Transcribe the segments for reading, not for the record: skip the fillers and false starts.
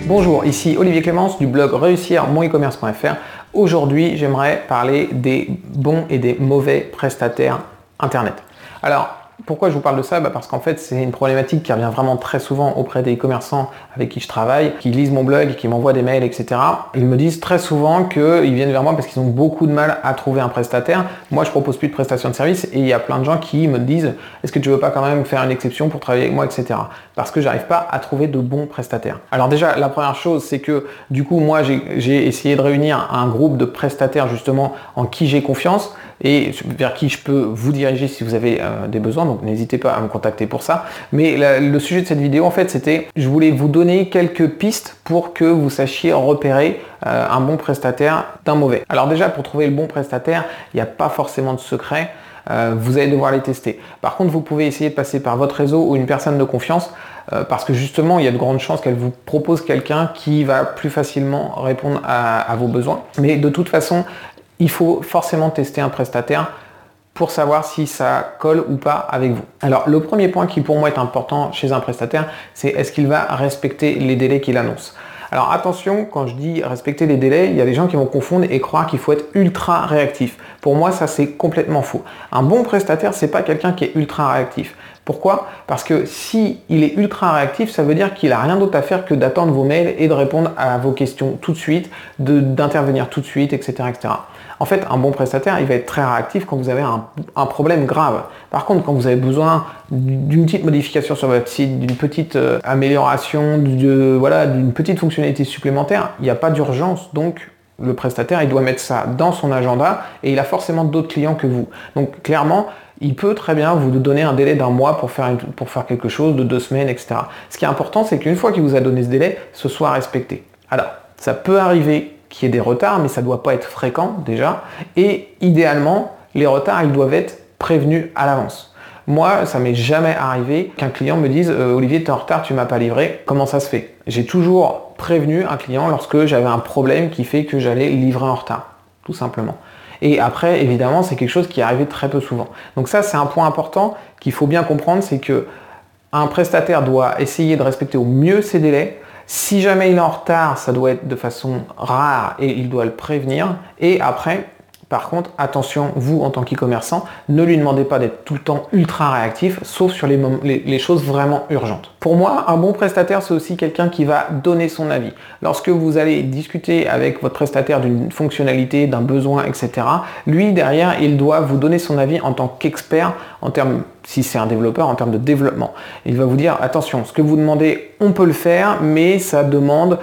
Bonjour, ici Olivier Clémence du blog réussir mon e-commerce.fr. Aujourd'hui, j'aimerais parler des bons et des mauvais prestataires Internet. Alors, pourquoi je vous parle de ça? Parce qu'en fait, c'est une problématique qui revient vraiment très souvent auprès des commerçants avec qui je travaille, qui lisent mon blog, qui m'envoient des mails, etc. Ils me disent très souvent qu'ils viennent vers moi parce qu'ils ont beaucoup de mal à trouver un prestataire. Moi, je propose plus de prestations de services et il y a plein de gens qui me disent « Est-ce que tu veux pas quand même faire une exception pour travailler avec moi, etc. » Parce que j'arrive pas à trouver de bons prestataires. Alors déjà, la première chose, c'est que du coup, moi, j'ai essayé de réunir un groupe de prestataires justement en qui j'ai confiance et vers qui je peux vous diriger si vous avez des besoins, donc n'hésitez pas à me contacter pour ça. Mais le sujet de cette vidéo, en fait, c'était, je voulais vous donner quelques pistes pour que vous sachiez repérer un bon prestataire d'un mauvais. Alors déjà, pour trouver le bon prestataire, il n'y a pas forcément de secret. Vous allez devoir les tester. Par contre, vous pouvez essayer de passer par votre réseau ou une personne de confiance parce que justement, il y a de grandes chances qu'elle vous propose quelqu'un qui va plus facilement répondre à vos besoins. Mais de toute façon, il faut forcément tester un prestataire pour savoir si ça colle ou pas avec vous. Alors, le premier point qui pour moi est important chez un prestataire, c'est est-ce qu'il va respecter les délais qu'il annonce. Alors attention, quand je dis respecter les délais, il y a des gens qui vont confondre et croire qu'il faut être ultra réactif. Pour moi, ça c'est complètement faux. Un bon prestataire, c'est pas quelqu'un qui est ultra réactif. Pourquoi? Parce que si il est ultra réactif, ça veut dire qu'il n'a rien d'autre à faire que d'attendre vos mails et de répondre à vos questions tout de suite, d'intervenir tout de suite, etc., etc. En fait, un bon prestataire, il va être très réactif quand vous avez un problème grave. Par contre, quand vous avez besoin d'une petite modification sur votre site, d'une petite amélioration, d'une petite fonctionnalité supplémentaire, il n'y a pas d'urgence. Donc, le prestataire, il doit mettre ça dans son agenda et il a forcément d'autres clients que vous. Donc, clairement, il peut très bien vous donner un délai d'un mois pour faire quelque chose, de 2 semaines, etc. Ce qui est important, c'est qu'une fois qu'il vous a donné ce délai, ce soit respecté. Alors, ça peut arriver qu'il y ait des retards, mais ça ne doit pas être fréquent déjà. Et idéalement, les retards, ils doivent être prévenus à l'avance. Moi, ça m'est jamais arrivé qu'un client me dise Olivier, tu es en retard, tu m'as pas livré. Comment ça se fait? J'ai toujours prévenu un client lorsque j'avais un problème qui fait que j'allais livrer en retard, tout simplement. Et après, évidemment, c'est quelque chose qui est arrivé très peu souvent. Donc ça, c'est un point important qu'il faut bien comprendre, c'est que un prestataire doit essayer de respecter au mieux ses délais. Si jamais il est en retard, ça doit être de façon rare et il doit le prévenir. Et après, par contre, attention, vous en tant qu'e-commerçant, ne lui demandez pas d'être tout le temps ultra réactif, sauf sur les choses vraiment urgentes. Pour moi, un bon prestataire, c'est aussi quelqu'un qui va donner son avis. Lorsque vous allez discuter avec votre prestataire d'une fonctionnalité, d'un besoin, etc., lui, derrière, il doit vous donner son avis en tant qu'expert en termes, si c'est un développeur, en termes de développement. Il va vous dire, attention, ce que vous demandez, on peut le faire, mais ça demande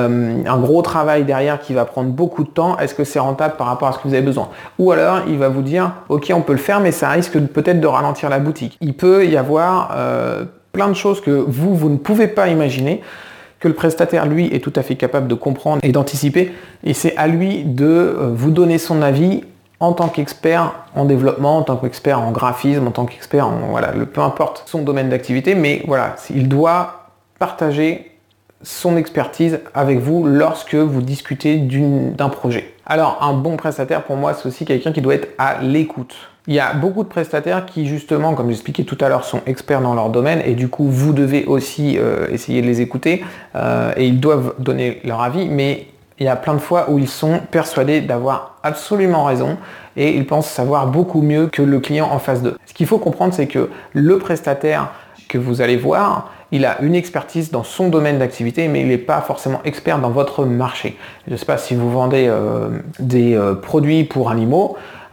un gros travail derrière qui va prendre beaucoup de temps. Est-ce que c'est rentable par rapport à ce que vous avez besoin? Ou alors, il va vous dire, ok, on peut le faire, mais ça risque peut-être de ralentir la boutique. Il peut y avoir plein de choses que vous ne pouvez pas imaginer, que le prestataire, lui, est tout à fait capable de comprendre et d'anticiper. Et c'est à lui de vous donner son avis en tant qu'expert en développement, en tant qu'expert en graphisme, en tant qu'expert en peu importe son domaine d'activité, mais voilà, il doit partager son expertise avec vous lorsque vous discutez d'un projet. Alors, un bon prestataire, pour moi, c'est aussi quelqu'un qui doit être à l'écoute. Il y a beaucoup de prestataires qui, justement, comme j'expliquais tout à l'heure, sont experts dans leur domaine et du coup, vous devez aussi essayer de les écouter et ils doivent donner leur avis, mais il y a plein de fois où ils sont persuadés d'avoir absolument raison et ils pensent savoir beaucoup mieux que le client en face d'eux. Ce qu'il faut comprendre, c'est que le prestataire que vous allez voir, il a une expertise dans son domaine d'activité, mais il n'est pas forcément expert dans votre marché. Je ne sais pas si vous vendez des produits pour animaux,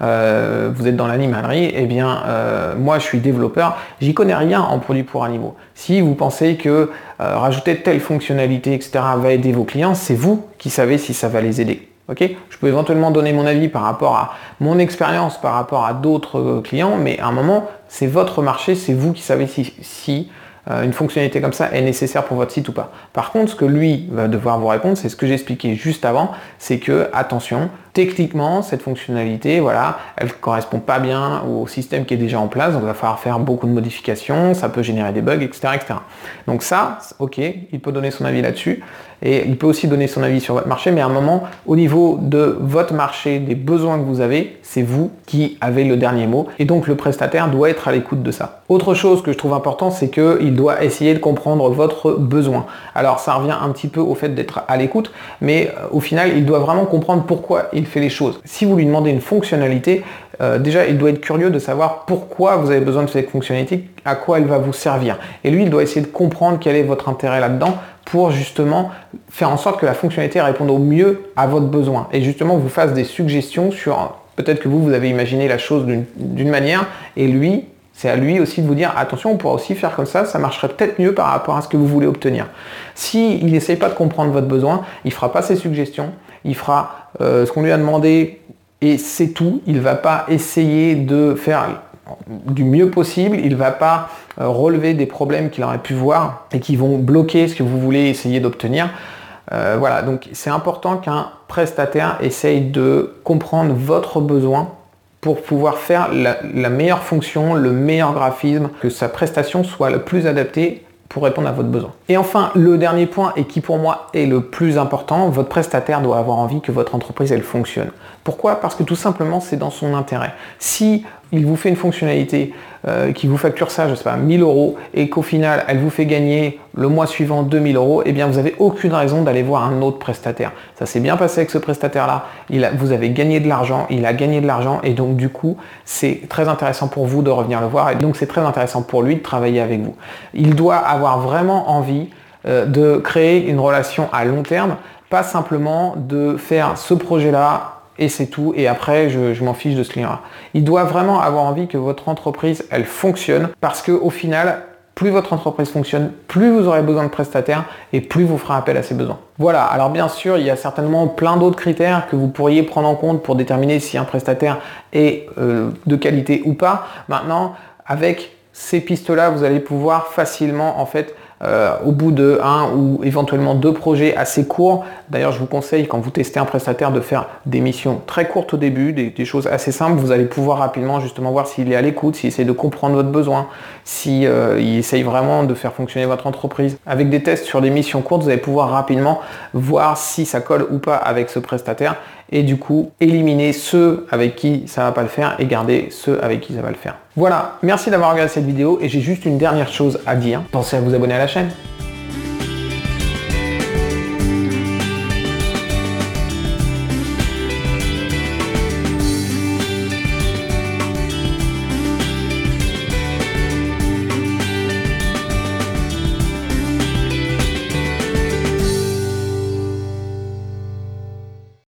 vous êtes dans l'animalerie, eh bien moi je suis développeur, j'y connais rien en produits pour animaux. Si vous pensez que rajouter telle fonctionnalité, etc. va aider vos clients, c'est vous qui savez si ça va les aider. Okay, je peux éventuellement donner mon avis par rapport à mon expérience, par rapport à d'autres clients, mais à un moment, c'est votre marché, c'est vous qui savez si une fonctionnalité comme ça est nécessaire pour votre site ou pas. Par contre, ce que lui va devoir vous répondre, c'est ce que j'ai expliqué juste avant, c'est que, attention, techniquement, cette fonctionnalité, voilà, elle ne correspond pas bien au système qui est déjà en place, donc il va falloir faire beaucoup de modifications, ça peut générer des bugs, etc. etc. Donc ça, ok, il peut donner son avis là-dessus, et il peut aussi donner son avis sur votre marché, mais à un moment, au niveau de votre marché, des besoins que vous avez, c'est vous qui avez le dernier mot, et donc le prestataire doit être à l'écoute de ça. Autre chose que je trouve important, c'est qu'il doit essayer de comprendre votre besoin. Alors ça revient un petit peu au fait d'être à l'écoute, mais au final, il doit vraiment comprendre pourquoi il fait les choses. Si vous lui demandez une fonctionnalité, déjà il doit être curieux de savoir pourquoi vous avez besoin de cette fonctionnalité, à quoi elle va vous servir. Et lui, il doit essayer de comprendre quel est votre intérêt là-dedans pour justement faire en sorte que la fonctionnalité réponde au mieux à votre besoin et justement vous fasse des suggestions sur peut-être que vous avez imaginé la chose d'une manière et lui, c'est à lui aussi de vous dire attention, on pourra aussi faire comme ça marcherait peut-être mieux par rapport à ce que vous voulez obtenir. S'il n'essaye pas de comprendre votre besoin, il ne fera pas ses suggestions, il fera ce qu'on lui a demandé et c'est tout. Il ne va pas essayer de faire du mieux possible, il ne va pas relever des problèmes qu'il aurait pu voir et qui vont bloquer ce que vous voulez essayer d'obtenir. Voilà, donc c'est important qu'un prestataire essaye de comprendre votre besoin pour pouvoir faire la meilleure fonction, le meilleur graphisme, que sa prestation soit le plus adaptée pour répondre à votre besoin. Et enfin, le dernier point, et qui pour moi est le plus important, votre prestataire doit avoir envie que votre entreprise elle fonctionne. Pourquoi? Parce que tout simplement c'est dans son intérêt. Si il vous fait une fonctionnalité qui vous facture ça, je sais pas, 1000 € et qu'au final elle vous fait gagner le mois suivant 2000 €, eh bien vous n'avez aucune raison d'aller voir un autre prestataire. Ça s'est bien passé avec ce prestataire-là, vous avez gagné de l'argent, il a gagné de l'argent et donc du coup c'est très intéressant pour vous de revenir le voir et donc c'est très intéressant pour lui de travailler avec vous. Il doit avoir vraiment envie de créer une relation à long terme, pas simplement de faire ce projet-là et c'est tout, et après je m'en fiche de ce client-là. Il doit vraiment avoir envie que votre entreprise, elle fonctionne, parce qu'au final, plus votre entreprise fonctionne, plus vous aurez besoin de prestataires et plus vous ferez appel à ses besoins. Voilà, alors bien sûr, il y a certainement plein d'autres critères que vous pourriez prendre en compte pour déterminer si un prestataire est de qualité ou pas. Maintenant, avec ces pistes-là, vous allez pouvoir facilement, en fait, au bout de un ou éventuellement 2 projets assez courts. D'ailleurs, je vous conseille quand vous testez un prestataire de faire des missions très courtes au début, des choses assez simples. Vous allez pouvoir rapidement justement voir s'il est à l'écoute, s'il essaie de comprendre votre besoin, s'il essaye vraiment de faire fonctionner votre entreprise. Avec des tests sur des missions courtes, vous allez pouvoir rapidement voir si ça colle ou pas avec ce prestataire et du coup éliminer ceux avec qui ça va pas le faire et garder ceux avec qui ça va le faire. Voilà, merci d'avoir regardé cette vidéo et j'ai juste une dernière chose à dire. Pensez à vous abonner à la chaîne.